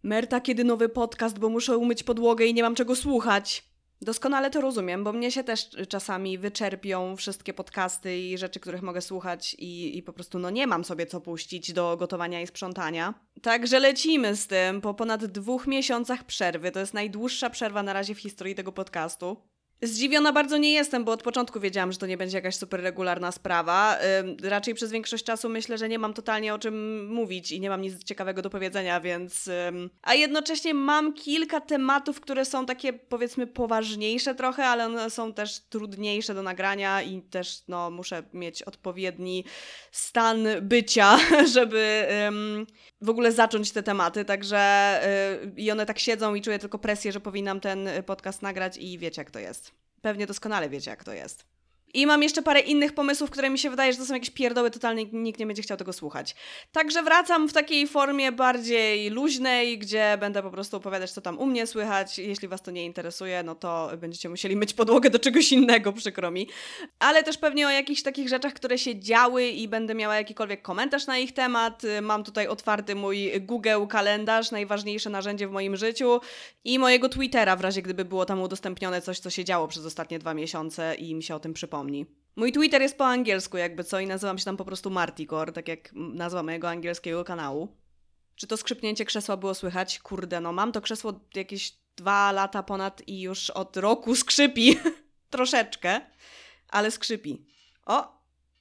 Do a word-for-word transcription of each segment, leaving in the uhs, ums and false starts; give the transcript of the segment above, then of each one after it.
Merta, kiedy nowy podcast, bo muszę umyć podłogę i nie mam czego słuchać. Doskonale to rozumiem, bo mnie się też czasami wyczerpią wszystkie podcasty i rzeczy, których mogę słuchać i, i po prostu no nie mam sobie co puścić do gotowania i sprzątania. Także lecimy z tym po ponad dwóch miesiącach przerwy. To jest najdłuższa przerwa na razie w historii tego podcastu. Zdziwiona bardzo nie jestem, bo od początku wiedziałam, że to nie będzie jakaś super regularna sprawa. Yy, raczej przez większość czasu myślę, że nie mam totalnie o czym mówić i nie mam nic ciekawego do powiedzenia, więc... Yy. A jednocześnie mam kilka tematów, które są takie, powiedzmy, poważniejsze trochę, ale one są też trudniejsze do nagrania i też, no, muszę mieć odpowiedni stan bycia, żeby yy, w ogóle zacząć te tematy, także yy, i one tak siedzą i czuję tylko presję, że powinnam ten podcast nagrać i wiecie, jak to jest. Pewnie doskonale wiecie, jak to jest. I mam jeszcze parę innych pomysłów, które mi się wydaje, że to są jakieś pierdoły, totalnie nikt nie będzie chciał tego słuchać. Także wracam w takiej formie bardziej luźnej, gdzie będę po prostu opowiadać, co tam u mnie słychać. Jeśli was to nie interesuje, no to będziecie musieli myć podłogę do czegoś innego, przykro mi. Ale też pewnie o jakichś takich rzeczach, które się działy i będę miała jakikolwiek komentarz na ich temat. Mam tutaj otwarty mój Google kalendarz, najważniejsze narzędzie w moim życiu i mojego Twittera, w razie gdyby było tam udostępnione coś, co się działo przez ostatnie dwa miesiące i mi się o tym przypomni. Mój Twitter jest po angielsku jakby co i nazywam się tam po prostu Martikor, tak jak nazwa mojego angielskiego kanału. Czy to skrzypnięcie krzesła było słychać? Kurde, no mam to krzesło jakieś dwa lata ponad i już od roku skrzypi. Troszeczkę, ale skrzypi. O!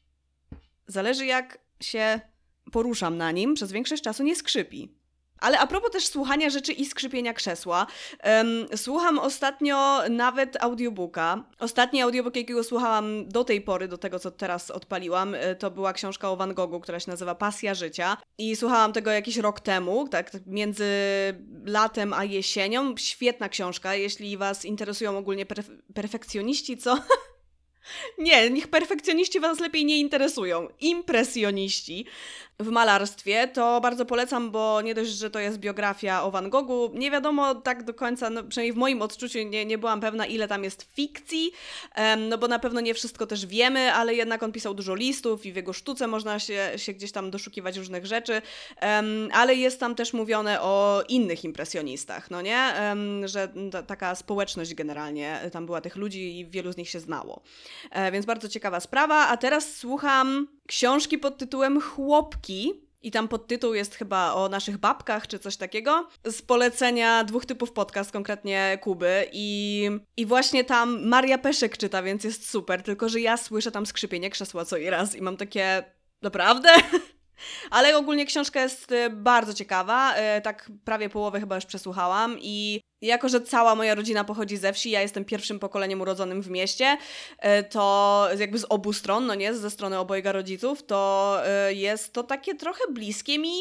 Zależy jak się poruszam na nim, przez większość czasu nie skrzypi. Ale a propos też słuchania rzeczy i skrzypienia krzesła, um, słucham ostatnio nawet audiobooka. Ostatni audiobook, jakiego słuchałam do tej pory, do tego, co teraz odpaliłam, to była książka o Van Goghu, która się nazywa Pasja życia. I słuchałam tego jakiś rok temu, tak między latem a jesienią. Świetna książka, jeśli was interesują ogólnie perf- perfekcjoniści, co... Nie, niech perfekcjoniści was lepiej nie interesują. Impresjoniści w malarstwie to bardzo polecam, bo nie dość, że to jest biografia o Van Goghu, nie wiadomo tak do końca, no przynajmniej w moim odczuciu nie, nie byłam pewna, ile tam jest fikcji, um, no bo na pewno nie wszystko też wiemy, ale jednak on pisał dużo listów i w jego sztuce można się, się gdzieś tam doszukiwać różnych rzeczy, um, ale jest tam też mówione o innych impresjonistach, no nie? Um, że ta, taka społeczność generalnie, tam była tych ludzi i wielu z nich się znało. E, więc bardzo ciekawa sprawa, a teraz słucham książki pod tytułem Chłopki i tam podtytuł jest chyba o naszych babkach czy coś takiego, z polecenia dwóch typów podcast, konkretnie Kuby i, i właśnie tam Maria Peszek czyta, więc jest super, tylko że ja słyszę tam skrzypienie krzesła co i raz i mam takie, naprawdę? Ale ogólnie książka jest bardzo ciekawa, tak prawie połowę chyba już przesłuchałam i jako, że cała moja rodzina pochodzi ze wsi, ja jestem pierwszym pokoleniem urodzonym w mieście, to jakby z obu stron, no nie, ze strony obojga rodziców, to jest to takie trochę bliskie mi,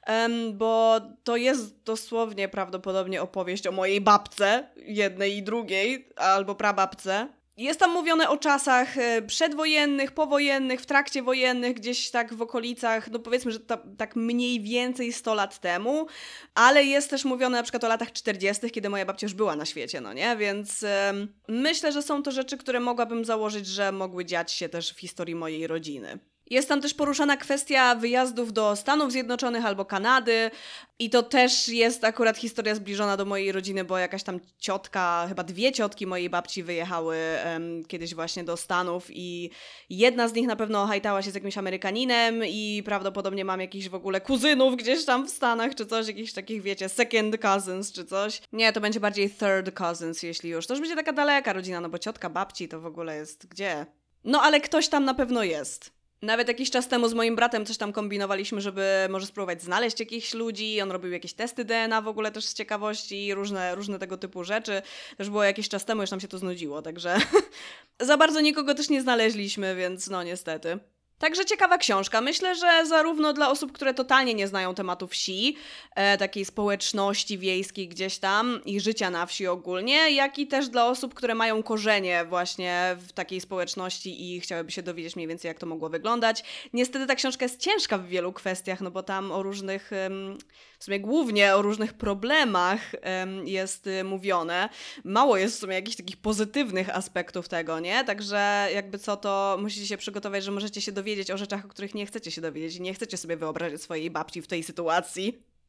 bo to jest dosłownie prawdopodobnie opowieść o mojej babce, jednej i drugiej, albo prababce. Jest tam mówione o czasach przedwojennych, powojennych, w trakcie wojennych, gdzieś tak w okolicach, no powiedzmy, że ta, tak mniej więcej sto lat temu, ale jest też mówione na przykład o latach czterdziestych, kiedy moja babcia już była na świecie, no nie? Więc ym, myślę, że są to rzeczy, które mogłabym założyć, że mogły dziać się też w historii mojej rodziny. Jest tam też poruszana kwestia wyjazdów do Stanów Zjednoczonych albo Kanady i to też jest akurat historia zbliżona do mojej rodziny, bo jakaś tam ciotka, chyba dwie ciotki mojej babci wyjechały um, kiedyś właśnie do Stanów i jedna z nich na pewno hajtała się z jakimś Amerykaninem i prawdopodobnie mam jakichś w ogóle kuzynów gdzieś tam w Stanach czy coś, jakichś takich wiecie, second cousins czy coś. Nie, to będzie bardziej third cousins, jeśli już. To już będzie taka daleka rodzina, no bo ciotka babci to w ogóle jest gdzie? No ale ktoś tam na pewno jest. Nawet jakiś czas temu z moim bratem coś tam kombinowaliśmy, żeby może spróbować znaleźć jakichś ludzi. On robił jakieś testy D N A w ogóle też z ciekawości i różne, różne tego typu rzeczy. Też było jakiś czas temu, już nam się to znudziło, także za bardzo nikogo też nie znaleźliśmy, więc no niestety. Także ciekawa książka. Myślę, że zarówno dla osób, które totalnie nie znają tematu wsi, e, takiej społeczności wiejskiej gdzieś tam i życia na wsi ogólnie, jak i też dla osób, które mają korzenie właśnie w takiej społeczności i chciałyby się dowiedzieć mniej więcej, jak to mogło wyglądać. Niestety ta książka jest ciężka w wielu kwestiach, no bo tam o różnych, w sumie głównie o różnych problemach jest mówione. Mało jest w sumie jakichś takich pozytywnych aspektów tego, nie? Także jakby co, to musicie się przygotować, że możecie się dowiedzieć o rzeczach, o których nie chcecie się dowiedzieć i nie chcecie sobie wyobrazić swojej babci w tej sytuacji.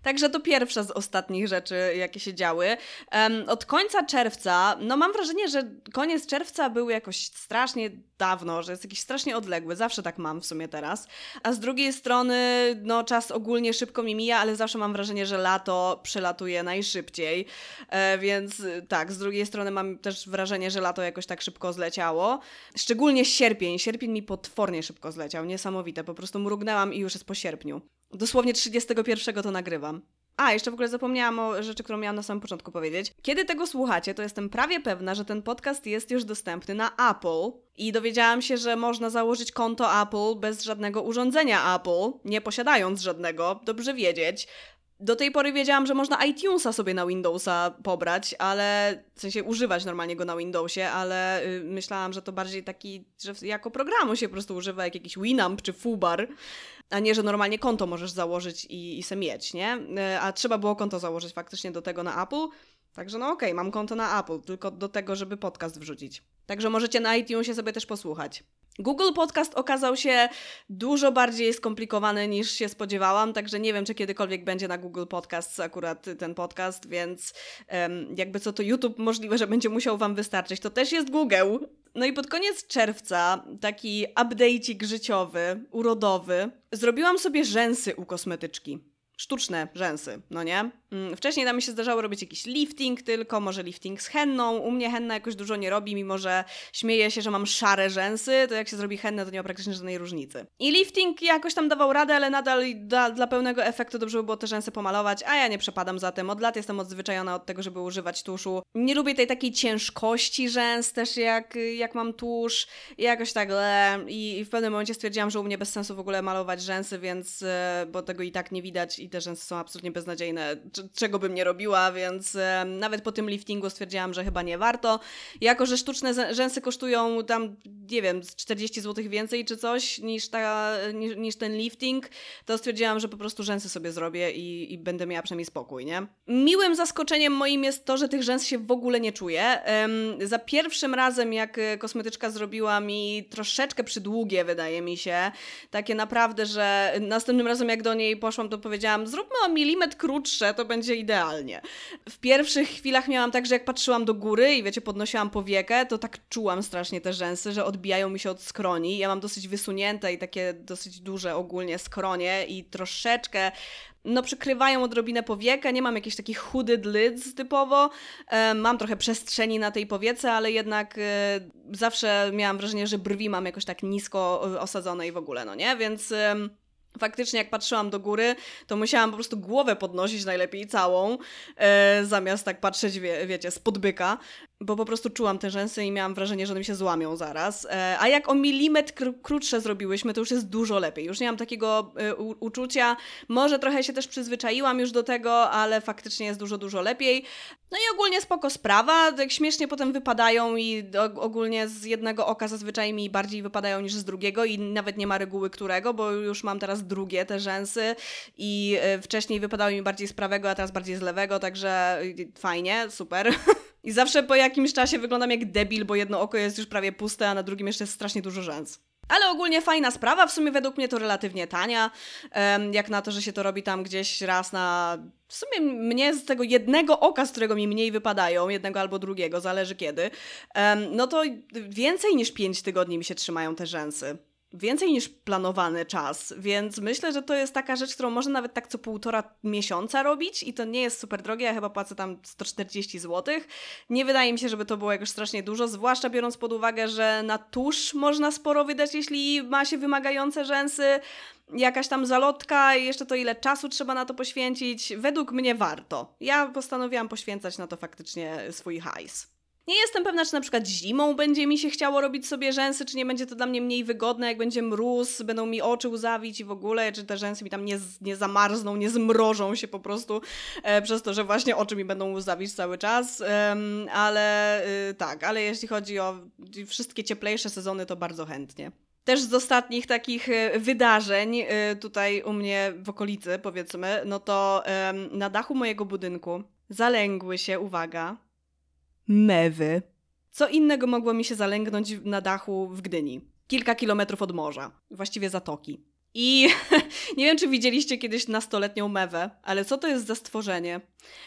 Także to pierwsza z ostatnich rzeczy, jakie się działy. Um, od końca czerwca, no mam wrażenie, że koniec czerwca był jakoś strasznie dawno, że jest jakiś strasznie odległy. Zawsze tak mam w sumie teraz. A z drugiej strony, no czas ogólnie szybko mi mija, ale zawsze mam wrażenie, że lato przelatuje najszybciej. E, więc tak, z drugiej strony mam też wrażenie, że lato jakoś tak szybko zleciało. Szczególnie sierpień. Sierpień mi potwornie szybko zleciał. Niesamowite. Po prostu mrugnęłam i już jest po sierpniu. Dosłownie trzydziestego pierwszego to nagrywam. A, jeszcze w ogóle zapomniałam o rzeczy, którą miałam na samym początku powiedzieć. Kiedy tego słuchacie, to jestem prawie pewna, że ten podcast jest już dostępny na Apple i dowiedziałam się, że można założyć konto Apple bez żadnego urządzenia Apple, nie posiadając żadnego, dobrze wiedzieć. Do tej pory wiedziałam, że można iTunesa sobie na Windowsa pobrać, ale w sensie używać normalnie go na Windowsie, ale y, myślałam, że to bardziej taki, że jako programu się po prostu używa, jak jakiś Winamp czy Fubar, a nie, że normalnie konto możesz założyć i, i se mieć, nie? Y, a trzeba było konto założyć faktycznie do tego na Apple, także no okej, okay, mam konto na Apple, tylko do tego, żeby podcast wrzucić. Także możecie na iTunesie sobie też posłuchać. Google Podcast okazał się dużo bardziej skomplikowany niż się spodziewałam, także nie wiem, czy kiedykolwiek będzie na Google Podcast akurat ten podcast, więc um, jakby co to YouTube możliwe, że będzie musiał wam wystarczyć. To też jest Google. No i pod koniec czerwca taki update'ik życiowy, urodowy. Zrobiłam sobie rzęsy u kosmetyczki. Sztuczne rzęsy, no nie? Wcześniej nam się zdarzało robić jakiś lifting tylko, może lifting z henną. U mnie henna jakoś dużo nie robi, mimo że śmieję się, że mam szare rzęsy, to jak się zrobi hennę, to nie ma praktycznie żadnej różnicy. I lifting jakoś tam dawał radę, ale nadal da, dla pełnego efektu dobrze by było te rzęsy pomalować, a ja nie przepadam za tym. Od lat jestem odzwyczajona od tego, żeby używać tuszu. Nie lubię tej takiej ciężkości rzęs też, jak, jak mam tusz. I jakoś tak le. I, I w pewnym momencie stwierdziłam, że u mnie bez sensu w ogóle malować rzęsy, więc, bo tego i tak nie widać i te rzęsy są absolutnie beznadziejne, czego bym nie robiła, więc e, nawet po tym liftingu stwierdziłam, że chyba nie warto. Jako że sztuczne rzęsy kosztują tam, nie wiem, czterdzieści złotych więcej czy coś niż, ta, niż, niż ten lifting, to stwierdziłam, że po prostu rzęsy sobie zrobię i, i będę miała przynajmniej spokój, nie? Miłym zaskoczeniem moim jest to, że tych rzęs się w ogóle nie czuję. Um, za pierwszym razem, jak kosmetyczka zrobiła mi troszeczkę przydługie, wydaje mi się, takie naprawdę, że następnym razem jak do niej poszłam, to powiedziałam, zróbmy o milimetr krótsze, to będzie idealnie. W pierwszych chwilach miałam tak, że jak patrzyłam do góry i wiecie, podnosiłam powiekę, to tak czułam strasznie te rzęsy, że odbijają mi się od skroni. Ja mam dosyć wysunięte i takie dosyć duże ogólnie skronie i troszeczkę no przykrywają odrobinę powiekę, nie mam jakichś takich hooded lids typowo, e, mam trochę przestrzeni na tej powiece, ale jednak e, zawsze miałam wrażenie, że brwi mam jakoś tak nisko osadzone i w ogóle, no nie? Więc e, faktycznie jak patrzyłam do góry, to musiałam po prostu głowę podnosić najlepiej całą, e, zamiast tak patrzeć, wie, wiecie, spod byka, bo po prostu czułam te rzęsy i miałam wrażenie, że one mi się złamią zaraz. E, a jak o milimetr kr- krótsze zrobiłyśmy, to już jest dużo lepiej. Już nie mam takiego e, u- uczucia. Może trochę się też przyzwyczaiłam już do tego, ale faktycznie jest dużo, dużo lepiej. No i ogólnie spoko sprawa. Tak śmiesznie potem wypadają i o- ogólnie z jednego oka zazwyczaj mi bardziej wypadają niż z drugiego i nawet nie ma reguły którego, bo już mam teraz drugie te rzęsy i e, wcześniej wypadały mi bardziej z prawego, a teraz bardziej z lewego, także fajnie, super. I zawsze po jakimś czasie wyglądam jak debil, bo jedno oko jest już prawie puste, a na drugim jeszcze jest strasznie dużo rzęs. Ale ogólnie fajna sprawa, w sumie według mnie to relatywnie tania, um, jak na to, że się to robi tam gdzieś raz na... W sumie mnie z tego jednego oka, z którego mi mniej wypadają, jednego albo drugiego, zależy kiedy, um, no to więcej niż pięć tygodni mi się trzymają te rzęsy. Więcej niż planowany czas, więc myślę, że to jest taka rzecz, którą można nawet tak co półtora miesiąca robić i to nie jest super drogie, ja chyba płacę tam sto czterdzieści złotych. Nie wydaje mi się, żeby to było jakoś strasznie dużo, zwłaszcza biorąc pod uwagę, że na tusz można sporo wydać, jeśli ma się wymagające rzęsy, jakaś tam zalotka i jeszcze to ile czasu trzeba na to poświęcić. Według mnie warto. Ja postanowiłam poświęcać na to faktycznie swój hajs. Nie jestem pewna, czy na przykład zimą będzie mi się chciało robić sobie rzęsy, czy nie będzie to dla mnie mniej wygodne, jak będzie mróz, będą mi oczy łzawić i w ogóle, czy te rzęsy mi tam nie, nie zamarzną, nie zmrożą się po prostu e, przez to, że właśnie oczy mi będą łzawić cały czas, e, ale e, tak, ale jeśli chodzi o wszystkie cieplejsze sezony, to bardzo chętnie. Też z ostatnich takich wydarzeń tutaj u mnie w okolicy, powiedzmy, no to e, na dachu mojego budynku zalęgły się, uwaga, mewy. Co innego mogło mi się zalęgnąć na dachu w Gdyni. Kilka kilometrów od morza. Właściwie zatoki. I nie wiem, czy widzieliście kiedyś nastoletnią mewę, ale co to jest za stworzenie?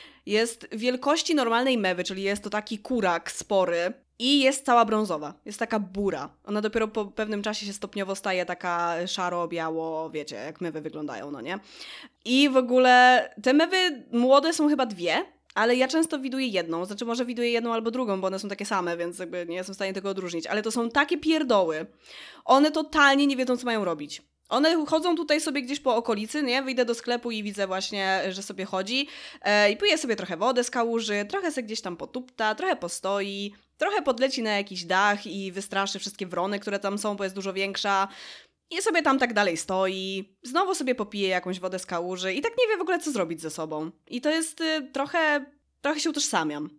Jest wielkości normalnej mewy, czyli jest to taki kurak spory i jest cała brązowa. Jest taka bura. Ona dopiero po pewnym czasie się stopniowo staje taka szaro, biało, wiecie, jak mewy wyglądają, no nie? I w ogóle te mewy młode są chyba dwie, ale ja często widuję jedną. Znaczy może widuję jedną albo drugą, bo one są takie same, więc jakby nie jestem w stanie tego odróżnić. Ale to są takie pierdoły. One totalnie nie wiedzą, co mają robić. One chodzą tutaj sobie gdzieś po okolicy, nie? Wyjdę do sklepu i widzę właśnie, że sobie chodzi e, i pije sobie trochę wodę z kałuży, trochę sobie gdzieś tam potupta, trochę postoi, trochę podleci na jakiś dach i wystraszy wszystkie wrony, które tam są, bo jest dużo większa. I sobie tam tak dalej stoi, znowu sobie popije jakąś wodę z kałuży i tak nie wie w ogóle, co zrobić ze sobą. I to jest y, trochę, trochę się utożsamiam.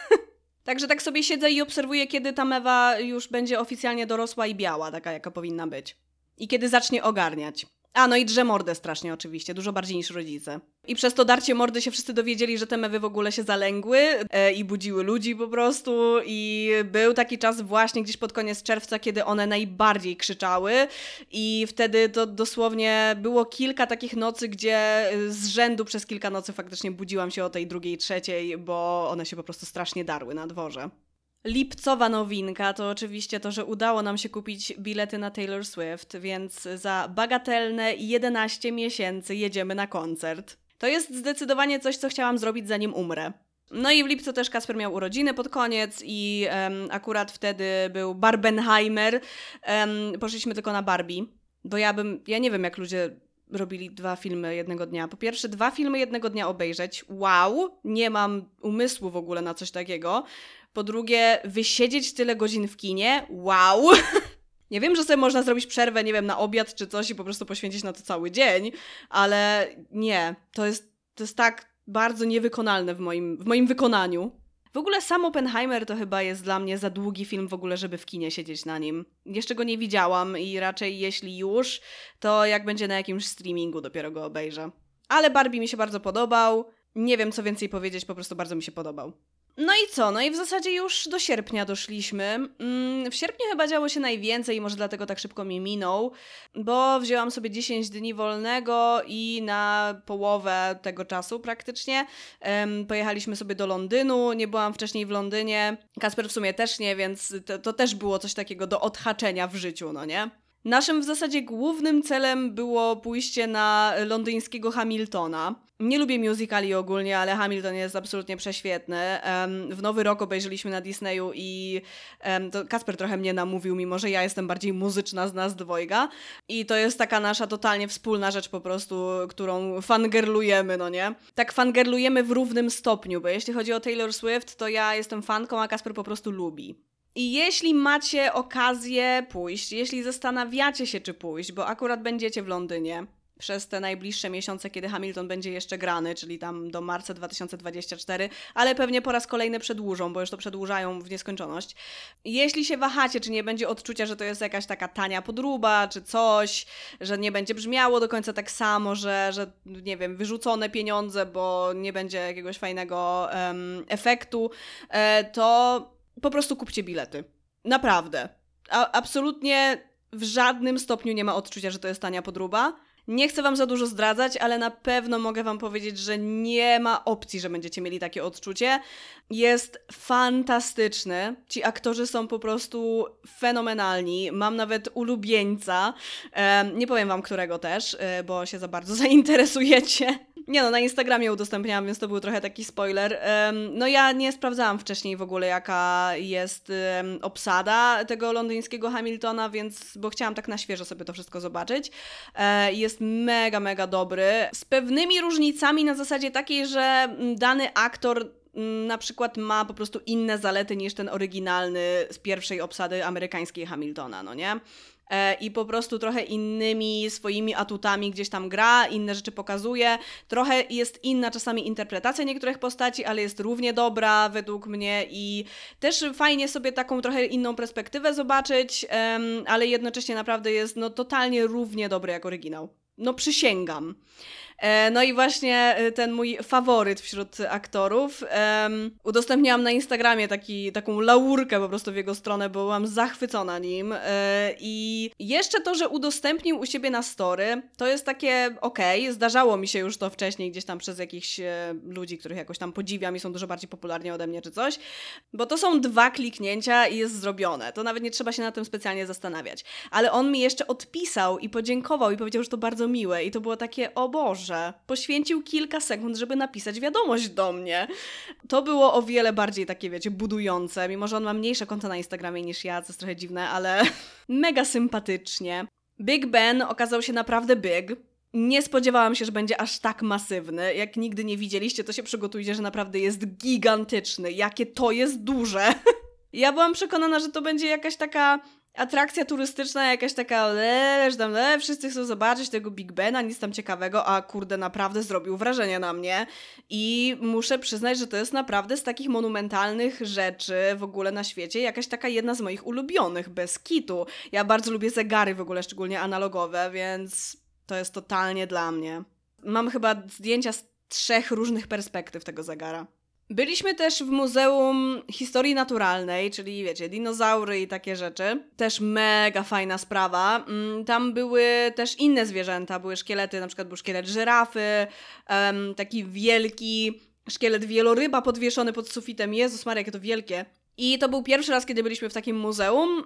Także tak sobie siedzę i obserwuję, kiedy ta mewa już będzie oficjalnie dorosła i biała, taka jaka powinna być. I kiedy zacznie ogarniać. A, no i drze mordę strasznie oczywiście, dużo bardziej niż rodzice. I przez to darcie mordy się wszyscy dowiedzieli, że te mewy w ogóle się zalęgły e, i budziły ludzi po prostu. I był taki czas właśnie gdzieś pod koniec czerwca, kiedy one najbardziej krzyczały. I wtedy to dosłownie było kilka takich nocy, gdzie z rzędu przez kilka nocy faktycznie budziłam się o tej drugiej, trzeciej, bo one się po prostu strasznie darły na dworze. Lipcowa nowinka to oczywiście to, że udało nam się kupić bilety na Taylor Swift, więc za bagatelne jedenaście miesięcy jedziemy na koncert. To jest zdecydowanie coś, co chciałam zrobić, zanim umrę. No i w lipcu też Kasper miał urodziny pod koniec i um, akurat wtedy był Barbenheimer. Um, poszliśmy tylko na Barbie, bo ja bym, ja nie wiem jak ludzie robili dwa filmy jednego dnia. Po pierwsze, dwa filmy jednego dnia obejrzeć. Wow, nie mam umysłu w ogóle na coś takiego. Po drugie, wysiedzieć tyle godzin w kinie. Wow! Nie wiem, że sobie można zrobić przerwę, nie wiem, na obiad czy coś i po prostu poświęcić na to cały dzień, ale nie. To jest, to jest tak bardzo niewykonalne w moim, w moim wykonaniu. W ogóle sam Oppenheimer to chyba jest dla mnie za długi film w ogóle, żeby w kinie siedzieć na nim. Jeszcze go nie widziałam i raczej jeśli już, to jak będzie na jakimś streamingu dopiero go obejrzę. Ale Barbie mi się bardzo podobał. Nie wiem, co więcej powiedzieć, po prostu bardzo mi się podobał. No i co? No i w zasadzie już do sierpnia doszliśmy. W sierpniu chyba działo się najwięcej i może dlatego tak szybko mi minął, bo wzięłam sobie dziesięć dni wolnego i na połowę tego czasu praktycznie um, pojechaliśmy sobie do Londynu. Nie byłam wcześniej w Londynie. Kasper w sumie też nie, więc to, to też było coś takiego do odhaczenia w życiu, no nie? Naszym w zasadzie głównym celem było pójście na londyńskiego Hamiltona. Nie lubię musicali ogólnie, ale Hamilton jest absolutnie prześwietny. Um, w Nowy Rok obejrzeliśmy na Disneyu i um, to Kasper trochę mnie namówił, mimo że ja jestem bardziej muzyczna z nas dwojga. I to jest taka nasza totalnie wspólna rzecz po prostu, którą fangirlujemy, no nie? Tak fangirlujemy w równym stopniu, bo jeśli chodzi o Taylor Swift, to ja jestem fanką, a Kasper po prostu lubi. I jeśli macie okazję pójść, jeśli zastanawiacie się, czy pójść, bo akurat będziecie w Londynie przez te najbliższe miesiące, kiedy Hamilton będzie jeszcze grany, czyli tam do marca dwa tysiące dwudziestego czwartego, ale pewnie po raz kolejny przedłużą, bo już to przedłużają w nieskończoność. Jeśli się wahacie, czy nie będzie odczucia, że to jest jakaś taka tania podróba, czy coś, że nie będzie brzmiało do końca tak samo, że, że nie wiem, wyrzucone pieniądze, bo nie będzie jakiegoś fajnego um, efektu, e, to po prostu kupcie bilety. Naprawdę. A, absolutnie w żadnym stopniu nie ma odczucia, że to jest tania podróba. Nie chcę wam za dużo zdradzać, ale na pewno mogę wam powiedzieć, że nie ma opcji, że będziecie mieli takie odczucie. Jest fantastyczny. Ci aktorzy są po prostu fenomenalni. Mam nawet ulubieńca. Um, nie powiem wam, którego też, bo się za bardzo zainteresujecie. Nie no, na Instagramie udostępniałam, więc to był trochę taki spoiler. Um, no ja nie sprawdzałam wcześniej w ogóle, jaka jest um, obsada tego londyńskiego Hamiltona, więc, bo chciałam tak na świeżo sobie to wszystko zobaczyć. E, jest mega, mega dobry. Z pewnymi różnicami na zasadzie takiej, że dany aktor na przykład ma po prostu inne zalety niż ten oryginalny z pierwszej obsady amerykańskiej Hamiltona, no nie? I po prostu trochę innymi swoimi atutami gdzieś tam gra, inne rzeczy pokazuje. Trochę jest inna czasami interpretacja niektórych postaci, ale jest równie dobra według mnie i też fajnie sobie taką trochę inną perspektywę zobaczyć, ale jednocześnie naprawdę jest no totalnie równie dobry jak oryginał. No przysięgam. E, no i właśnie ten mój faworyt wśród aktorów. Um, udostępniałam na Instagramie taki, taką laurkę po prostu w jego stronę, bo byłam zachwycona nim. E, I jeszcze to, że udostępnił u siebie na story, to jest takie okej, okay. Zdarzało mi się już to wcześniej gdzieś tam przez jakichś e, ludzi, których jakoś tam podziwiam i są dużo bardziej popularni ode mnie czy coś, bo to są dwa kliknięcia i jest zrobione. To nawet nie trzeba się na tym specjalnie zastanawiać. Ale on mi jeszcze odpisał i podziękował i powiedział, że to bardzo miłe i to było takie, o Boże, poświęcił kilka sekund, żeby napisać wiadomość do mnie. To było o wiele bardziej takie, wiecie, budujące, mimo że on ma mniejsze konto na Instagramie niż ja, co jest trochę dziwne, ale mega sympatycznie. Big Ben okazał się naprawdę big. Nie spodziewałam się, że będzie aż tak masywny. Jak nigdy nie widzieliście, to się przygotujcie, że naprawdę jest gigantyczny. Jakie to jest duże. Ja byłam przekonana, że to będzie jakaś taka atrakcja turystyczna, jakaś taka le, że tam le, wszyscy chcą zobaczyć tego Big Bena, nic tam ciekawego, a kurde, naprawdę zrobił wrażenie na mnie i muszę przyznać, że to jest naprawdę z takich monumentalnych rzeczy w ogóle na świecie jakaś taka jedna z moich ulubionych, bez kitu. Ja bardzo lubię zegary w ogóle, szczególnie analogowe, więc to jest totalnie dla mnie. Mam chyba zdjęcia z trzech różnych perspektyw tego zegara. Byliśmy też w Muzeum Historii Naturalnej, czyli wiecie, dinozaury i takie rzeczy. Też mega fajna sprawa. Tam były też inne zwierzęta, były szkielety, na przykład był szkielet żyrafy, um, taki wielki szkielet wieloryba podwieszony pod sufitem. Jezus Maria, jakie to wielkie. I to był pierwszy raz, kiedy byliśmy w takim muzeum.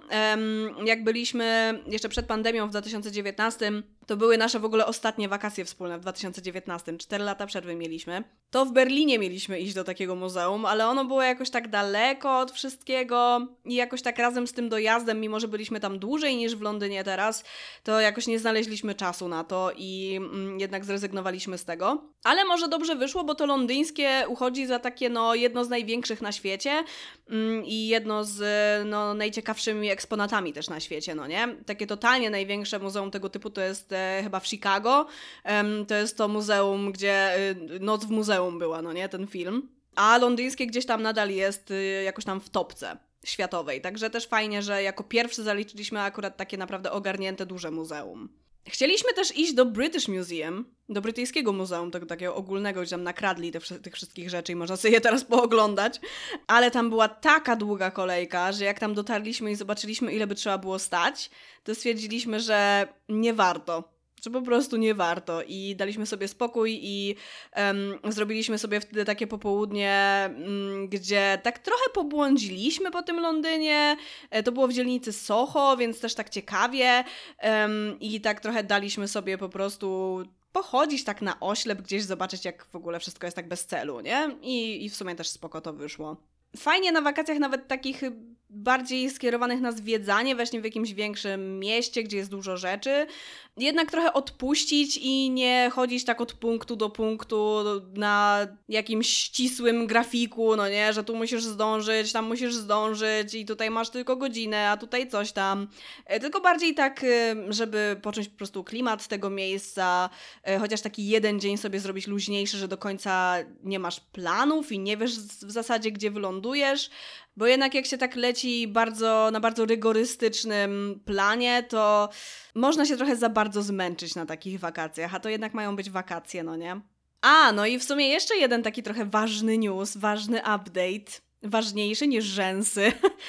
Jak byliśmy jeszcze przed pandemią w dwa tysiące dziewiętnastym, to były nasze w ogóle ostatnie wakacje wspólne w dwa tysiące dziewiętnastym. Cztery lata przerwy mieliśmy. To w Berlinie mieliśmy iść do takiego muzeum, ale ono było jakoś tak daleko od wszystkiego i jakoś tak razem z tym dojazdem, mimo że byliśmy tam dłużej niż w Londynie teraz, to jakoś nie znaleźliśmy czasu na to i mm, jednak zrezygnowaliśmy z tego. Ale może dobrze wyszło, bo to londyńskie uchodzi za takie no jedno z największych na świecie mm, i jedno z no, najciekawszymi eksponatami też na świecie, no nie? Takie totalnie największe muzeum tego typu to jest e, chyba w Chicago. Um, to jest to muzeum, gdzie y, Noc w muzeum była, no nie? Ten film. A londyńskie gdzieś tam nadal jest y, jakoś tam w topce światowej. Także też fajnie, że jako pierwszy zaliczyliśmy akurat takie naprawdę ogarnięte duże muzeum. Chcieliśmy też iść do British Museum, do brytyjskiego muzeum, tego takiego ogólnego, gdzie tam nakradli te, tych wszystkich rzeczy i można sobie je teraz pooglądać, ale tam była taka długa kolejka, że jak tam dotarliśmy i zobaczyliśmy, ile by trzeba było stać, to stwierdziliśmy, że nie warto. Że po prostu nie warto i daliśmy sobie spokój i um, zrobiliśmy sobie wtedy takie popołudnie, um, gdzie tak trochę pobłądziliśmy po tym Londynie. E, to było w dzielnicy Soho, więc też tak ciekawie um, i tak trochę daliśmy sobie po prostu pochodzić tak na oślep, gdzieś zobaczyć, jak w ogóle wszystko jest tak bez celu, nie? I, i w sumie też spoko to wyszło. Fajnie na wakacjach nawet takich bardziej skierowanych na zwiedzanie, właśnie w jakimś większym mieście, gdzie jest dużo rzeczy. Jednak trochę odpuścić i nie chodzić tak od punktu do punktu na jakimś ścisłym grafiku, no nie, że tu musisz zdążyć, tam musisz zdążyć i tutaj masz tylko godzinę, a tutaj coś tam. Tylko bardziej tak, żeby poczuć po prostu klimat tego miejsca, chociaż taki jeden dzień sobie zrobić luźniejszy, że do końca nie masz planów i nie wiesz w zasadzie, gdzie wylądujesz. Bo jednak jak się tak leci bardzo, na bardzo rygorystycznym planie, to można się trochę za bardzo zmęczyć na takich wakacjach, a to jednak mają być wakacje, no nie? A, no i w sumie jeszcze jeden taki trochę ważny news, ważny update, ważniejszy niż rzęsy.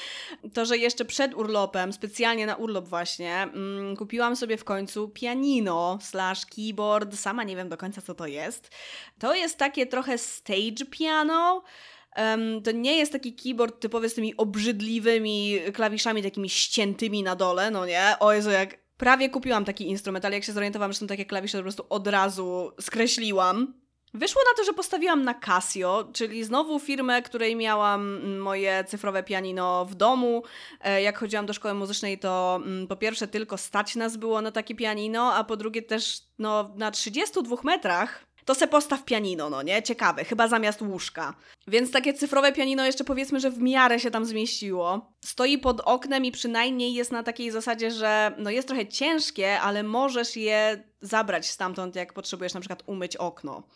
To, że jeszcze przed urlopem, specjalnie na urlop właśnie, mm, kupiłam sobie w końcu pianino slash keyboard, sama nie wiem do końca co to jest. To jest takie trochę stage piano. Um, to nie jest taki keyboard typowy z tymi obrzydliwymi klawiszami takimi ściętymi na dole, no nie? O Jezu, jak prawie kupiłam taki instrument, ale jak się zorientowałam, że są takie klawisze, to po prostu od razu skreśliłam. Wyszło na to, że postawiłam na Casio, czyli znowu firmę, której miałam moje cyfrowe pianino w domu. Jak chodziłam do szkoły muzycznej, to po pierwsze tylko stać nas było na takie pianino, a po drugie też no, na trzydziestu dwóch metrach to se postaw pianino, no nie? Ciekawe, chyba zamiast łóżka. Więc takie cyfrowe pianino jeszcze powiedzmy, że w miarę się tam zmieściło. Stoi pod oknem i przynajmniej jest na takiej zasadzie, że no jest trochę ciężkie, ale możesz je zabrać stamtąd, jak potrzebujesz na przykład umyć okno.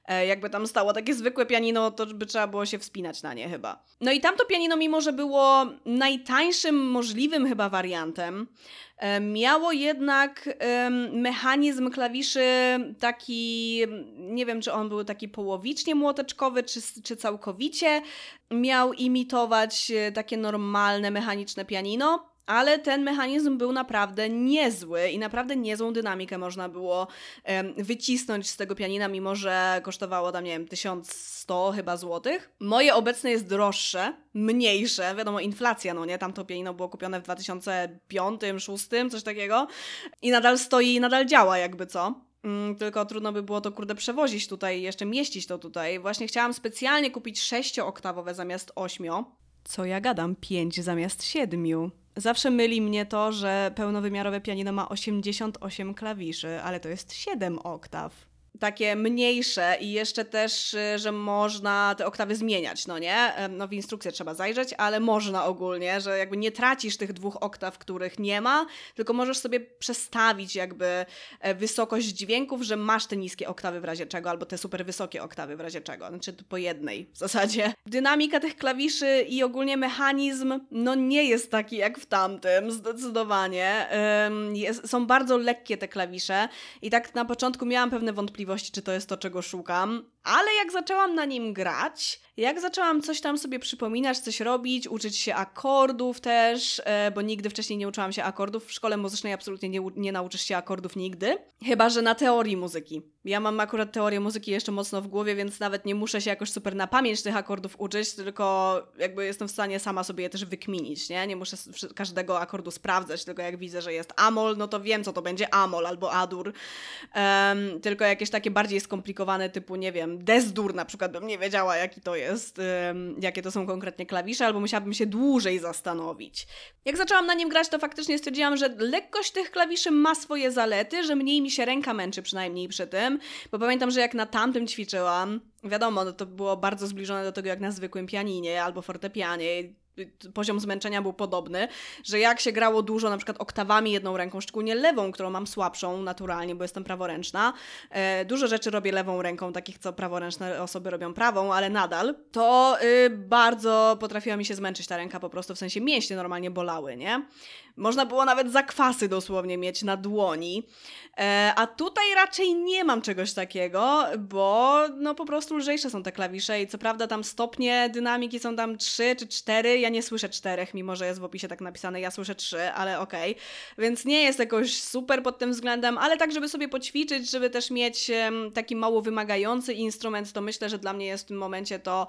E, jakby tam stało takie zwykłe pianino, to by trzeba było się wspinać na nie chyba. No i tamto pianino, mimo że było najtańszym możliwym chyba wariantem, e, miało jednak e, mechanizm klawiszy taki, nie wiem czy on był taki połowicznie młoteczkowy, czy, czy całkowicie miał imitować takie normalne mechaniczne pianino. Ale ten mechanizm był naprawdę niezły i naprawdę niezłą dynamikę można było um, wycisnąć z tego pianina, mimo że kosztowało tam, nie wiem, tysiąc sto chyba złotych. Moje obecne jest droższe, mniejsze, wiadomo, inflacja, no nie? Tamto pianino było kupione w dwa tysiące piątym, dwa tysiące szóstym, coś takiego i nadal stoi i nadal działa jakby co. Mm, tylko trudno by było to, kurde, przewozić tutaj, jeszcze mieścić to tutaj. Właśnie chciałam specjalnie kupić sześciooktawowe zamiast ośmio. Co ja gadam? Pięć zamiast siedmiu. Zawsze myli mnie to, że pełnowymiarowe pianino ma osiemdziesiąt osiem klawiszy, ale to jest siedem oktaw. Takie mniejsze i jeszcze też, że można te oktawy zmieniać, no nie? No w instrukcję trzeba zajrzeć, ale można ogólnie, że jakby nie tracisz tych dwóch oktaw, których nie ma, tylko możesz sobie przestawić jakby wysokość dźwięków, że masz te niskie oktawy w razie czego, albo te super wysokie oktawy w razie czego, znaczy po jednej w zasadzie. Dynamika tych klawiszy i ogólnie mechanizm, no nie jest taki jak w tamtym, zdecydowanie. Ym, jest, są bardzo lekkie te klawisze i tak na początku miałam pewne wątpliwości, czy to jest to, czego szukam, ale jak zaczęłam na nim grać, jak zaczęłam coś tam sobie przypominać, coś robić, uczyć się akordów też, e, bo nigdy wcześniej nie uczyłam się akordów, w szkole muzycznej absolutnie nie, nie nauczysz się akordów nigdy, chyba że na teorii muzyki. Ja mam akurat teorię muzyki jeszcze mocno w głowie, więc nawet nie muszę się jakoś super na pamięć tych akordów uczyć, tylko jakby jestem w stanie sama sobie je też wykminić, nie? Nie muszę każdego akordu sprawdzać, tylko jak widzę, że jest amol, no to wiem, co to będzie amol albo adur. Um, tylko jakieś takie bardziej skomplikowane typu, nie wiem, desdur na przykład bym nie wiedziała, jaki to jest, um, jakie to są konkretnie klawisze, albo musiałabym się dłużej zastanowić. Jak zaczęłam na nim grać, to faktycznie stwierdziłam, że lekkość tych klawiszy ma swoje zalety, że mniej mi się ręka męczy przynajmniej przy tym, bo pamiętam, że jak na tamtym ćwiczyłam, wiadomo, no to było bardzo zbliżone do tego jak na zwykłym pianinie albo fortepianie, poziom zmęczenia był podobny, że jak się grało dużo na przykład oktawami jedną ręką, szczególnie lewą, którą mam słabszą naturalnie, bo jestem praworęczna, e, dużo rzeczy robię lewą ręką, takich co praworęczne osoby robią prawą, ale nadal, to y, bardzo potrafiła mi się zmęczyć ta ręka po prostu, w sensie mięśnie normalnie bolały, nie? Można było nawet zakwasy dosłownie mieć na dłoni, e, a tutaj raczej nie mam czegoś takiego, bo no po prostu lżejsze są te klawisze i co prawda tam stopnie dynamiki są tam trzy czy cztery, ja nie słyszę czterech, mimo że jest w opisie tak napisane, ja słyszę trzy, ale okej, okay. Więc nie jest jakoś super pod tym względem, ale tak, żeby sobie poćwiczyć, żeby też mieć um, taki mało wymagający instrument, to myślę, że dla mnie jest w tym momencie to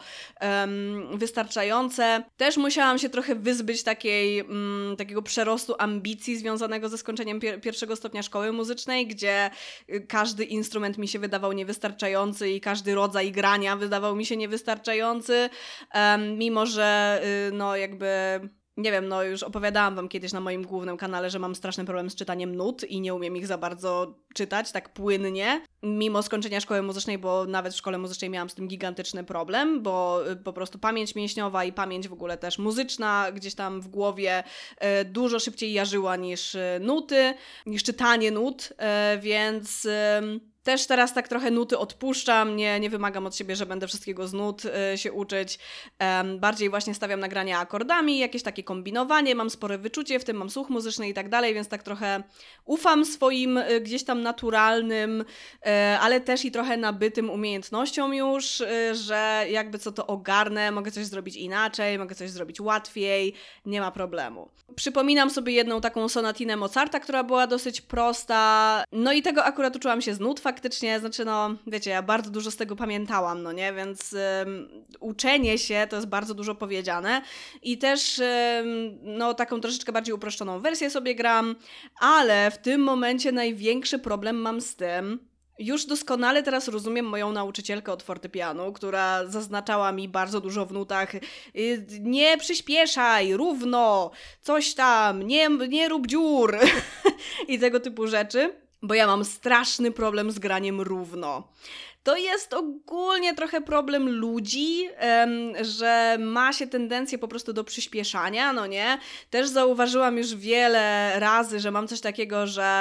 um, wystarczające. Też musiałam się trochę wyzbyć takiej, um, takiego przerostu ambicji związanego ze skończeniem pier- pierwszego stopnia szkoły muzycznej, gdzie każdy instrument mi się wydawał niewystarczający i każdy rodzaj grania wydawał mi się niewystarczający, um, mimo że y, no jakby... Nie wiem, no już opowiadałam wam kiedyś na moim głównym kanale, że mam straszny problem z czytaniem nut i nie umiem ich za bardzo czytać tak płynnie, mimo skończenia szkoły muzycznej, bo nawet w szkole muzycznej miałam z tym gigantyczny problem, bo po prostu pamięć mięśniowa i pamięć w ogóle też muzyczna gdzieś tam w głowie e, dużo szybciej jarzyła niż nuty, niż czytanie nut, e, więc... E, Też teraz tak trochę nuty odpuszczam, nie, nie wymagam od siebie, że będę wszystkiego z nut y, się uczyć. Um, bardziej właśnie stawiam nagrania akordami, jakieś takie kombinowanie, mam spore wyczucie, w tym mam słuch muzyczny i tak dalej, więc tak trochę ufam swoim y, gdzieś tam naturalnym, y, ale też i trochę nabytym umiejętnościom już, y, że jakby co to ogarnę, mogę coś zrobić inaczej, mogę coś zrobić łatwiej, nie ma problemu. Przypominam sobie jedną taką sonatinę Mozarta, która była dosyć prosta, no i tego akurat uczyłam się z nut faktycznie, znaczy no, wiecie, ja bardzo dużo z tego pamiętałam, no nie, więc um, uczenie się to jest bardzo dużo powiedziane i też um, no taką troszeczkę bardziej uproszczoną wersję sobie gram, ale w tym momencie największy problem mam z tym, już doskonale teraz rozumiem moją nauczycielkę od fortepianu, która zaznaczała mi bardzo dużo w nutach, nie przyspieszaj, równo, coś tam, nie, nie rób dziur i tego typu rzeczy, bo ja mam straszny problem z graniem równo. To jest ogólnie trochę problem ludzi, że ma się tendencję po prostu do przyspieszania, no nie? Też zauważyłam już wiele razy, że mam coś takiego, że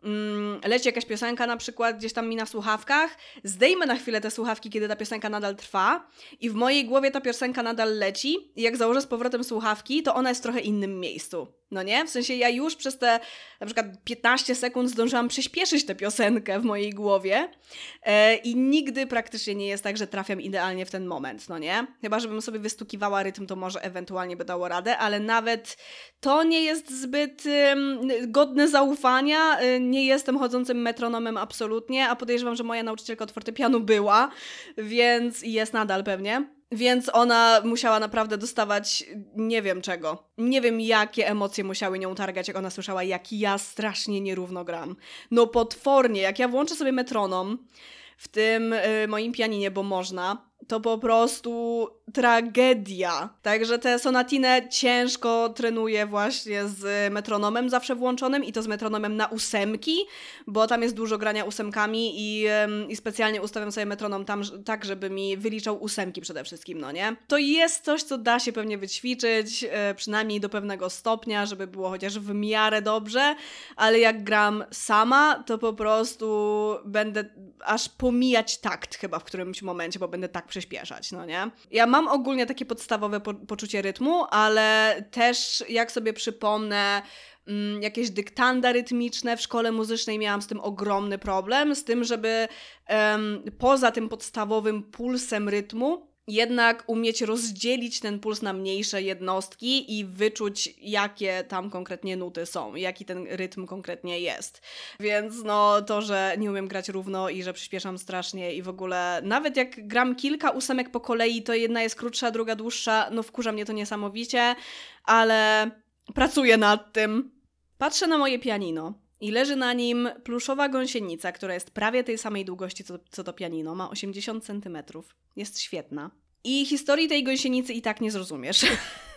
mm, leci jakaś piosenka na przykład gdzieś tam mi na słuchawkach, zdejmę na chwilę te słuchawki, kiedy ta piosenka nadal trwa i w mojej głowie ta piosenka nadal leci i jak założę z powrotem słuchawki, to ona jest w trochę innym miejscu. No nie? W sensie ja już przez te na przykład piętnaście sekund zdążyłam przyspieszyć tę piosenkę w mojej głowie e, i nigdy praktycznie nie jest tak, że trafiam idealnie w ten moment, no nie? Chyba, żebym sobie wystukiwała rytm, to może ewentualnie by dało radę, ale nawet to nie jest zbyt ym, godne zaufania. Y, nie jestem chodzącym metronomem absolutnie, a podejrzewam, że moja nauczycielka od fortepianu była, więc i jest nadal pewnie. Więc ona musiała naprawdę dostawać nie wiem czego. Nie wiem, jakie emocje musiały nią targać, jak ona słyszała, jak ja strasznie nierówno gram. No potwornie, jak ja włączę sobie metronom w tym y, moim pianinie, bo można, to po prostu tragedia. Także tę sonatinę ciężko trenuję właśnie z metronomem zawsze włączonym i to z metronomem na ósemki, bo tam jest dużo grania ósemkami i, ym, i specjalnie ustawiam sobie metronom tam tak, żeby mi wyliczał ósemki przede wszystkim, no nie? To jest coś, co da się pewnie wyćwiczyć, yy, przynajmniej do pewnego stopnia, żeby było chociaż w miarę dobrze, ale jak gram sama, to po prostu będę aż pomijać takt chyba w którymś momencie, bo będę tak przyspieszać, no nie? Ja mam ogólnie takie podstawowe po- poczucie rytmu, ale też jak sobie przypomnę mm, jakieś dyktanda rytmiczne w szkole muzycznej, miałam z tym ogromny problem, z tym, żeby em, poza tym podstawowym pulsem rytmu jednak umieć rozdzielić ten puls na mniejsze jednostki i wyczuć, jakie tam konkretnie nuty są, jaki ten rytm konkretnie jest. Więc no to, że nie umiem grać równo i że przyspieszam strasznie i w ogóle nawet jak gram kilka ósemek po kolei, to jedna jest krótsza, druga dłuższa, no wkurza mnie to niesamowicie, ale pracuję nad tym. Patrzę na moje pianino i leży na nim pluszowa gąsienica, która jest prawie tej samej długości co, co to pianino. Ma osiemdziesiąt centymetrów. Jest świetna. I historii tej gąsienicy i tak nie zrozumiesz.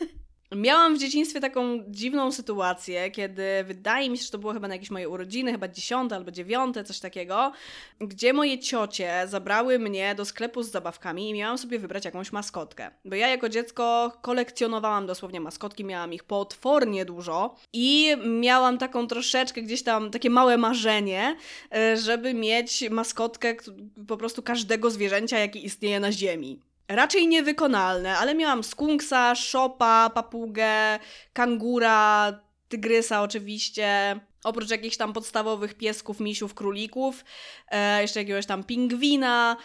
Miałam w dzieciństwie taką dziwną sytuację, kiedy wydaje mi się, że to było chyba na jakieś moje urodziny, chyba dziesiąte albo dziewiąte, coś takiego, gdzie moje ciocie zabrały mnie do sklepu z zabawkami i miałam sobie wybrać jakąś maskotkę. Bo ja jako dziecko kolekcjonowałam dosłownie maskotki, miałam ich potwornie dużo i miałam taką troszeczkę gdzieś tam, takie małe marzenie, żeby mieć maskotkę po prostu każdego zwierzęcia, jakie istnieje na ziemi. Raczej niewykonalne, ale miałam skunksa, szopa, papugę, kangura, tygrysa oczywiście, oprócz jakichś tam podstawowych piesków, misiów, królików, e, jeszcze jakiegoś tam pingwina,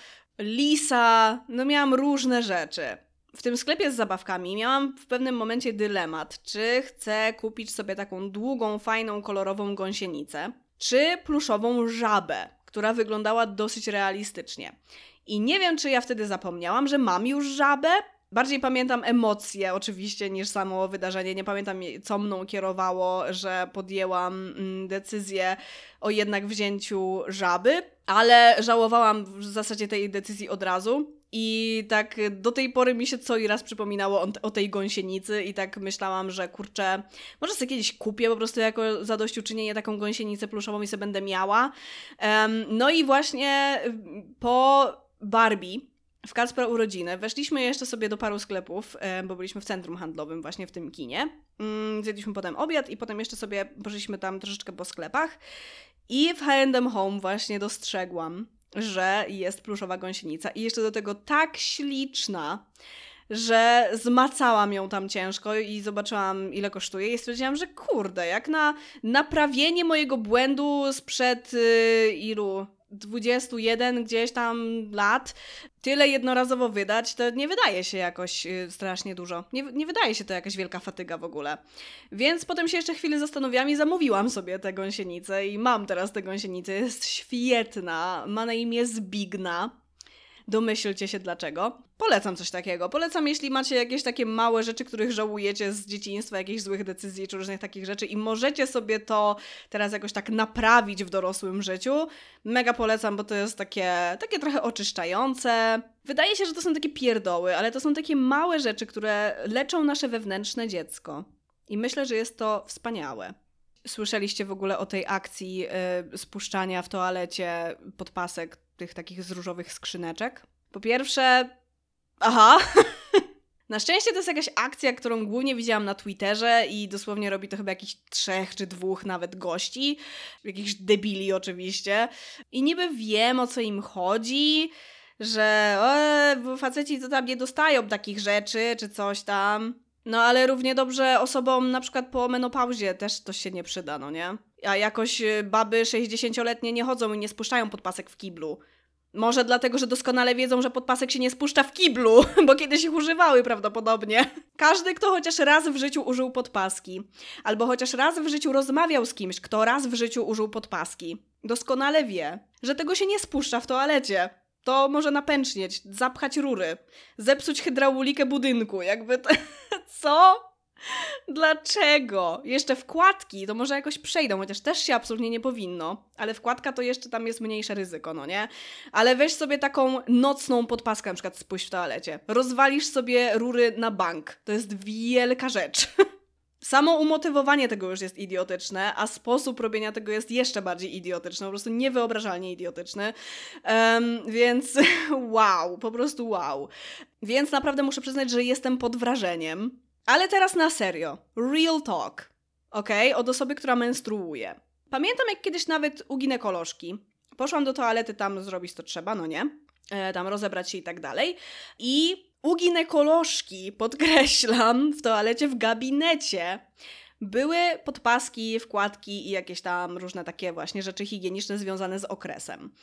lisa, no miałam różne rzeczy. W tym sklepie z zabawkami miałam w pewnym momencie dylemat, czy chcę kupić sobie taką długą, fajną, kolorową gąsienicę, czy pluszową żabę, która wyglądała dosyć realistycznie. I nie wiem, czy ja wtedy zapomniałam, że mam już żabę. Bardziej pamiętam emocje oczywiście niż samo wydarzenie. Nie pamiętam, co mną kierowało, że podjęłam decyzję o jednak wzięciu żaby, ale żałowałam w zasadzie tej decyzji od razu. I tak do tej pory mi się co i raz przypominało o, o tej gąsienicy i tak myślałam, że kurczę, może sobie kiedyś kupię po prostu jako zadośćuczynienie taką gąsienicę pluszową i sobie będę miała. Um, no i właśnie po Barbie w Kacpra urodziny weszliśmy jeszcze sobie do paru sklepów, bo byliśmy w centrum handlowym właśnie w tym kinie. Zjedliśmy potem obiad i potem jeszcze sobie poszliśmy tam troszeczkę po sklepach i w H and M Home właśnie dostrzegłam, że jest pluszowa gąsienica i jeszcze do tego tak śliczna, że zmacałam ją tam ciężko i zobaczyłam, ile kosztuje i stwierdziłam, że kurde, jak na naprawienie mojego błędu sprzed yy, ilu... dwudziestu jeden gdzieś tam lat, tyle jednorazowo wydać, to nie wydaje się jakoś yy, strasznie dużo. Nie, nie wydaje się to jakaś wielka fatyga w ogóle. Więc potem się jeszcze chwilę zastanowiłam i zamówiłam sobie tę gąsienicę i mam teraz tę gąsienicę. Jest świetna, ma na imię Zbigna. Domyślcie się dlaczego. Polecam coś takiego. Polecam, jeśli macie jakieś takie małe rzeczy, których żałujecie z dzieciństwa, jakichś złych decyzji czy różnych takich rzeczy i możecie sobie to teraz jakoś tak naprawić w dorosłym życiu. Mega polecam, bo to jest takie, takie trochę oczyszczające. Wydaje się, że to są takie pierdoły, ale to są takie małe rzeczy, które leczą nasze wewnętrzne dziecko. I myślę, że jest to wspaniałe. Słyszeliście w ogóle o tej akcji yy, spuszczania w toalecie podpasek tych takich z różowych skrzyneczek? Po pierwsze, aha, Na szczęście to jest jakaś akcja, którą głównie widziałam na Twitterze i dosłownie robi to chyba jakichś trzech czy dwóch nawet gości, jakichś debili oczywiście. I niby wiem, o co im chodzi, że e, faceci to tam nie dostają takich rzeczy czy coś tam. No ale równie dobrze osobom na przykład po menopauzie też to się nie przyda, no nie? A jakoś baby sześćdziesięcioletnie nie chodzą i nie spuszczają podpasek w kiblu. Może dlatego, że doskonale wiedzą, że podpasek się nie spuszcza w kiblu, bo kiedyś ich używały prawdopodobnie. Każdy, kto chociaż raz w życiu użył podpaski, albo chociaż raz w życiu rozmawiał z kimś, kto raz w życiu użył podpaski, doskonale wie, że tego się nie spuszcza w toalecie. To może napęcznieć, zapchać rury, zepsuć hydraulikę budynku, jakby to... Co? Dlaczego? Jeszcze wkładki to może jakoś przejdą, chociaż też się absolutnie nie powinno, ale wkładka to jeszcze tam jest mniejsze ryzyko, no nie? Ale weź sobie taką nocną podpaskę, na przykład spuść w toalecie. Rozwalisz sobie rury na bank. To jest wielka rzecz. Samo umotywowanie tego już jest idiotyczne, a sposób robienia tego jest jeszcze bardziej idiotyczny, po prostu niewyobrażalnie idiotyczny. Um, więc wow, po prostu wow. Więc naprawdę muszę przyznać, że jestem pod wrażeniem. Ale teraz na serio. Real talk. Okej? Okay? Od osoby, która menstruuje. Pamiętam, jak kiedyś nawet u ginekolożki poszłam do toalety tam zrobić to trzeba, no nie? E, tam rozebrać się i tak dalej. I u ginekolożki, podkreślam, w toalecie, w gabinecie były podpaski, wkładki i jakieś tam różne takie właśnie rzeczy higieniczne związane z okresem.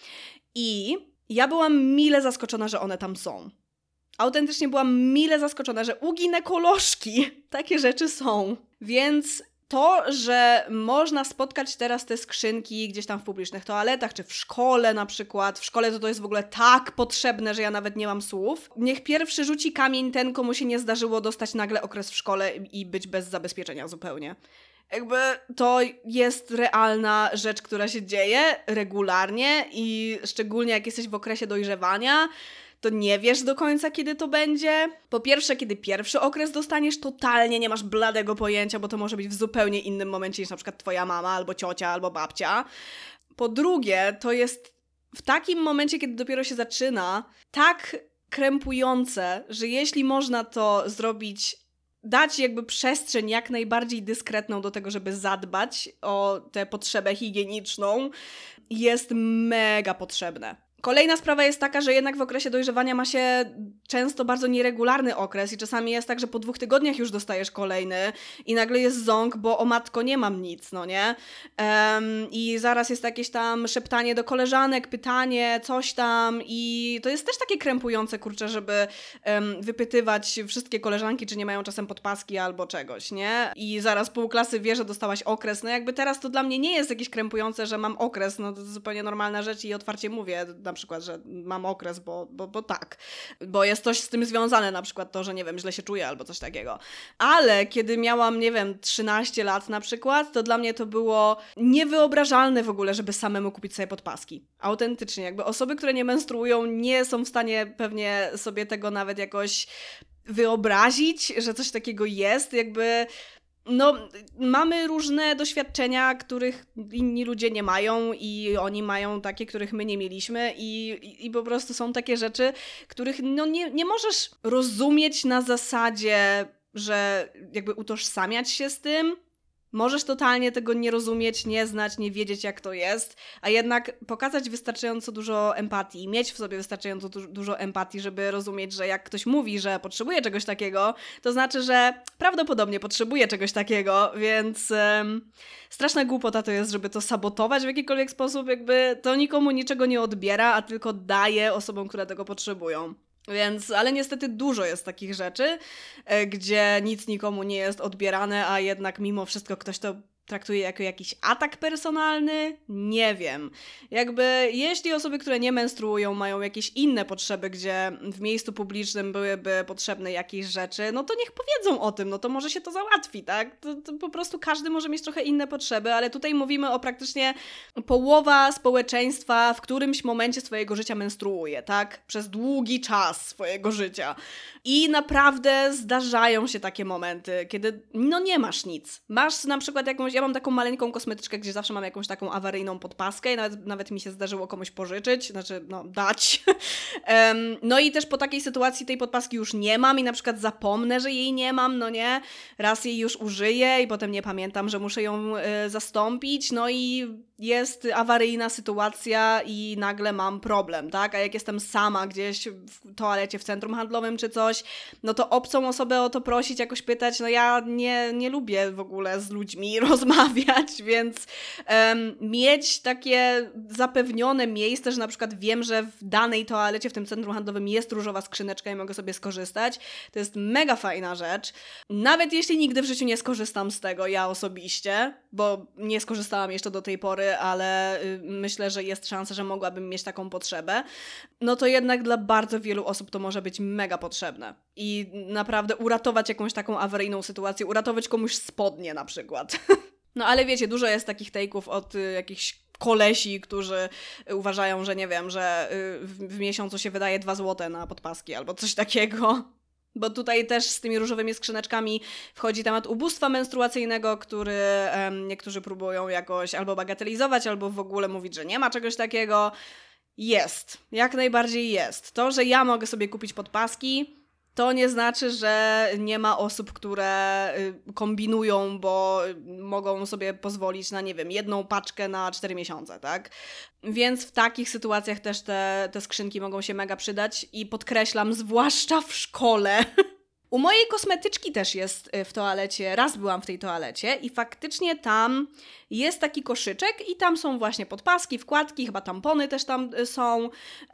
I ja byłam mile zaskoczona, że one tam są. Autentycznie byłam mile zaskoczona, że u ginekolożki takie rzeczy są. Więc to, że można spotkać teraz te skrzynki gdzieś tam w publicznych toaletach, czy w szkole na przykład. W szkole to to jest w ogóle tak potrzebne, że ja nawet nie mam słów. Niech pierwszy rzuci kamień ten, komu się nie zdarzyło dostać nagle okres w szkole i być bez zabezpieczenia zupełnie. Jakby to jest realna rzecz, która się dzieje regularnie i szczególnie jak jesteś w okresie dojrzewania, to nie wiesz do końca, kiedy to będzie. Po pierwsze, kiedy pierwszy okres dostaniesz, totalnie nie masz bladego pojęcia, bo to może być w zupełnie innym momencie niż na przykład twoja mama, albo ciocia, albo babcia. Po drugie, to jest w takim momencie, kiedy dopiero się zaczyna, tak krępujące, że jeśli można to zrobić, dać jakby przestrzeń jak najbardziej dyskretną do tego, żeby zadbać o tę potrzebę higieniczną, jest mega potrzebne. Kolejna sprawa jest taka, że jednak w okresie dojrzewania ma się często bardzo nieregularny okres i czasami jest tak, że po dwóch tygodniach już dostajesz kolejny i nagle jest ząg, bo o matko nie mam nic, no nie? Um, I zaraz jest jakieś tam szeptanie do koleżanek, pytanie, coś tam i to jest też takie krępujące, kurczę, żeby um, wypytywać wszystkie koleżanki, czy nie mają czasem podpaski albo czegoś, nie? I zaraz pół klasy wie, że dostałaś okres. No jakby teraz to dla mnie nie jest jakieś krępujące, że mam okres, no to jest zupełnie normalna rzecz i otwarcie mówię, na przykład, że mam okres, bo, bo, bo tak. Bo jest coś z tym związane, na przykład to, że nie wiem, źle się czuję albo coś takiego. Ale kiedy miałam, nie wiem, trzynaście lat na przykład, to dla mnie to było niewyobrażalne w ogóle, żeby samemu kupić sobie podpaski. Autentycznie, jakby osoby, które nie menstruują, nie są w stanie pewnie sobie tego nawet jakoś wyobrazić, że coś takiego jest, jakby... No, mamy różne doświadczenia, których inni ludzie nie mają i oni mają takie, których my nie mieliśmy i, i, i po prostu są takie rzeczy, których no nie, nie możesz rozumieć na zasadzie, że jakby utożsamiać się z tym. Możesz totalnie tego nie rozumieć, nie znać, nie wiedzieć jak to jest, a jednak pokazać wystarczająco dużo empatii, mieć w sobie wystarczająco du- dużo empatii, żeby rozumieć, że jak ktoś mówi, że potrzebuje czegoś takiego, to znaczy, że prawdopodobnie potrzebuje czegoś takiego, więc um, straszna głupota to jest, żeby to sabotować w jakikolwiek sposób, jakby to nikomu niczego nie odbiera, a tylko daje osobom, które tego potrzebują. Więc, ale niestety dużo jest takich rzeczy, gdzie nic nikomu nie jest odbierane, a jednak mimo wszystko ktoś to traktuje jako jakiś atak personalny? Nie wiem. Jakby jeśli osoby, które nie menstruują, mają jakieś inne potrzeby, gdzie w miejscu publicznym byłyby potrzebne jakieś rzeczy, no to niech powiedzą o tym, no to może się to załatwi, tak? To, to po prostu każdy może mieć trochę inne potrzeby, ale tutaj mówimy o praktycznie połowa społeczeństwa w którymś momencie swojego życia menstruuje, tak? Przez długi czas swojego życia. I naprawdę zdarzają się takie momenty, kiedy no nie masz nic. Masz na przykład jakąś, Ja mam taką maleńką kosmetyczkę, gdzie zawsze mam jakąś taką awaryjną podpaskę i nawet, nawet mi się zdarzyło komuś pożyczyć, znaczy no dać. um, no i też po takiej sytuacji tej podpaski już nie mam i na przykład zapomnę, że jej nie mam, no nie? Raz jej już użyję i potem nie pamiętam, że muszę ją y, zastąpić, no i jest awaryjna sytuacja i nagle mam problem, tak? A jak jestem sama gdzieś w toalecie, w centrum handlowym czy coś, no to obcą osobę o to prosić, jakoś pytać, no ja nie, nie lubię w ogóle z ludźmi rozmawiać, więc um, mieć takie zapewnione miejsce, że na przykład wiem, że w danej toalecie, w tym centrum handlowym jest różowa skrzyneczka i mogę sobie skorzystać, to jest mega fajna rzecz. Nawet jeśli nigdy w życiu nie skorzystam z tego, ja osobiście, bo nie skorzystałam jeszcze do tej pory, ale y, myślę, że jest szansa, że mogłabym mieć taką potrzebę, no to jednak dla bardzo wielu osób to może być mega potrzebne. I naprawdę uratować jakąś taką awaryjną sytuację, uratować komuś spodnie na przykład. No ale wiecie, dużo jest takich take'ów od y, jakichś kolesi, którzy uważają, że nie wiem, że y, w, w miesiącu się wydaje dwa złote na podpaski albo coś takiego. Bo tutaj też z tymi różowymi skrzyneczkami wchodzi temat ubóstwa menstruacyjnego, który um, niektórzy próbują jakoś albo bagatelizować, albo w ogóle mówić, że nie ma czegoś takiego. Jest. Jak najbardziej jest. To, że ja mogę sobie kupić podpaski, to nie znaczy, że nie ma osób, które kombinują, bo mogą sobie pozwolić na, nie wiem, jedną paczkę na cztery miesiące, tak? Więc w takich sytuacjach też te, te skrzynki mogą się mega przydać i podkreślam, zwłaszcza w szkole. U mojej kosmetyczki też jest w toalecie, raz byłam w tej toalecie i faktycznie tam jest taki koszyczek i tam są właśnie podpaski, wkładki, chyba tampony też tam są, um,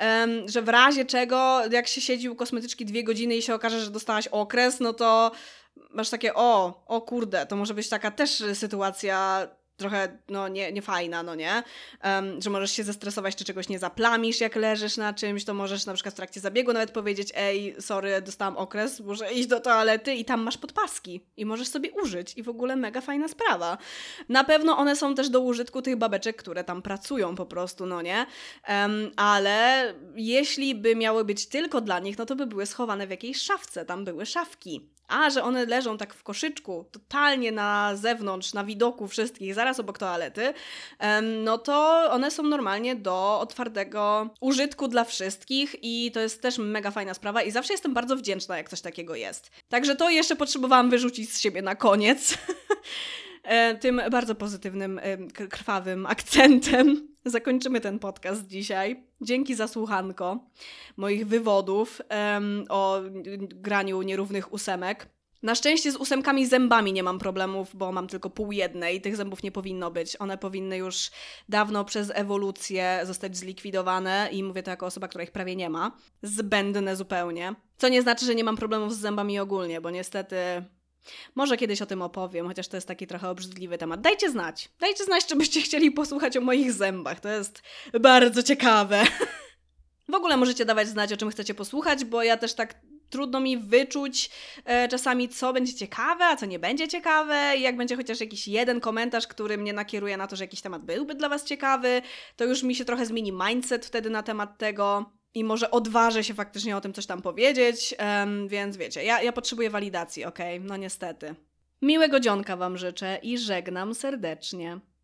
że w razie czego, jak się siedzi u kosmetyczki dwie godziny i się okaże, że dostałaś okres, no to masz takie o, o kurde, to może być taka też sytuacja trochę, no, nie, niefajna, no nie? Um, że możesz się zestresować, czy czegoś nie zaplamisz, jak leżysz na czymś, to możesz na przykład w trakcie zabiegu nawet powiedzieć, ej, sorry, dostałam okres, muszę iść do toalety i tam masz podpaski i możesz sobie użyć i w ogóle mega fajna sprawa. Na pewno one są też do użytku tych babeczek, które tam pracują po prostu, no nie? Um, ale jeśli by miały być tylko dla nich, no to by były schowane w jakiejś szafce, tam były szafki. A, że one leżą tak w koszyczku, totalnie na zewnątrz, na widoku wszystkich, zaraz obok toalety, no to one są normalnie do otwartego użytku dla wszystkich i to jest też mega fajna sprawa i zawsze jestem bardzo wdzięczna, jak coś takiego jest. Także to jeszcze potrzebowałam wyrzucić z siebie na koniec. Tym bardzo pozytywnym, krwawym akcentem zakończymy ten podcast dzisiaj. Dzięki za słuchanko moich wywodów um, o graniu nierównych ósemek. Na szczęście z ósemkami zębami nie mam problemów, bo mam tylko pół jednej. Tych zębów nie powinno być. One powinny już dawno przez ewolucję zostać zlikwidowane i mówię to jako osoba, która ich prawie nie ma. Zbędne zupełnie. Co nie znaczy, że nie mam problemów z zębami ogólnie, bo niestety... Może kiedyś o tym opowiem, chociaż to jest taki trochę obrzydliwy temat. Dajcie znać. Dajcie znać, czy byście chcieli posłuchać o moich zębach. To jest bardzo ciekawe. W ogóle możecie dawać znać, o czym chcecie posłuchać, bo ja też tak trudno mi wyczuć e, czasami, co będzie ciekawe, a co nie będzie ciekawe. I jak będzie chociaż jakiś jeden komentarz, który mnie nakieruje na to, że jakiś temat byłby dla was ciekawy, to już mi się trochę zmieni mindset wtedy na temat tego. I może odważę się faktycznie o tym coś tam powiedzieć, um, więc wiecie, ja, ja potrzebuję walidacji, okej? Okay? No niestety. Miłego dzionka wam życzę i żegnam serdecznie.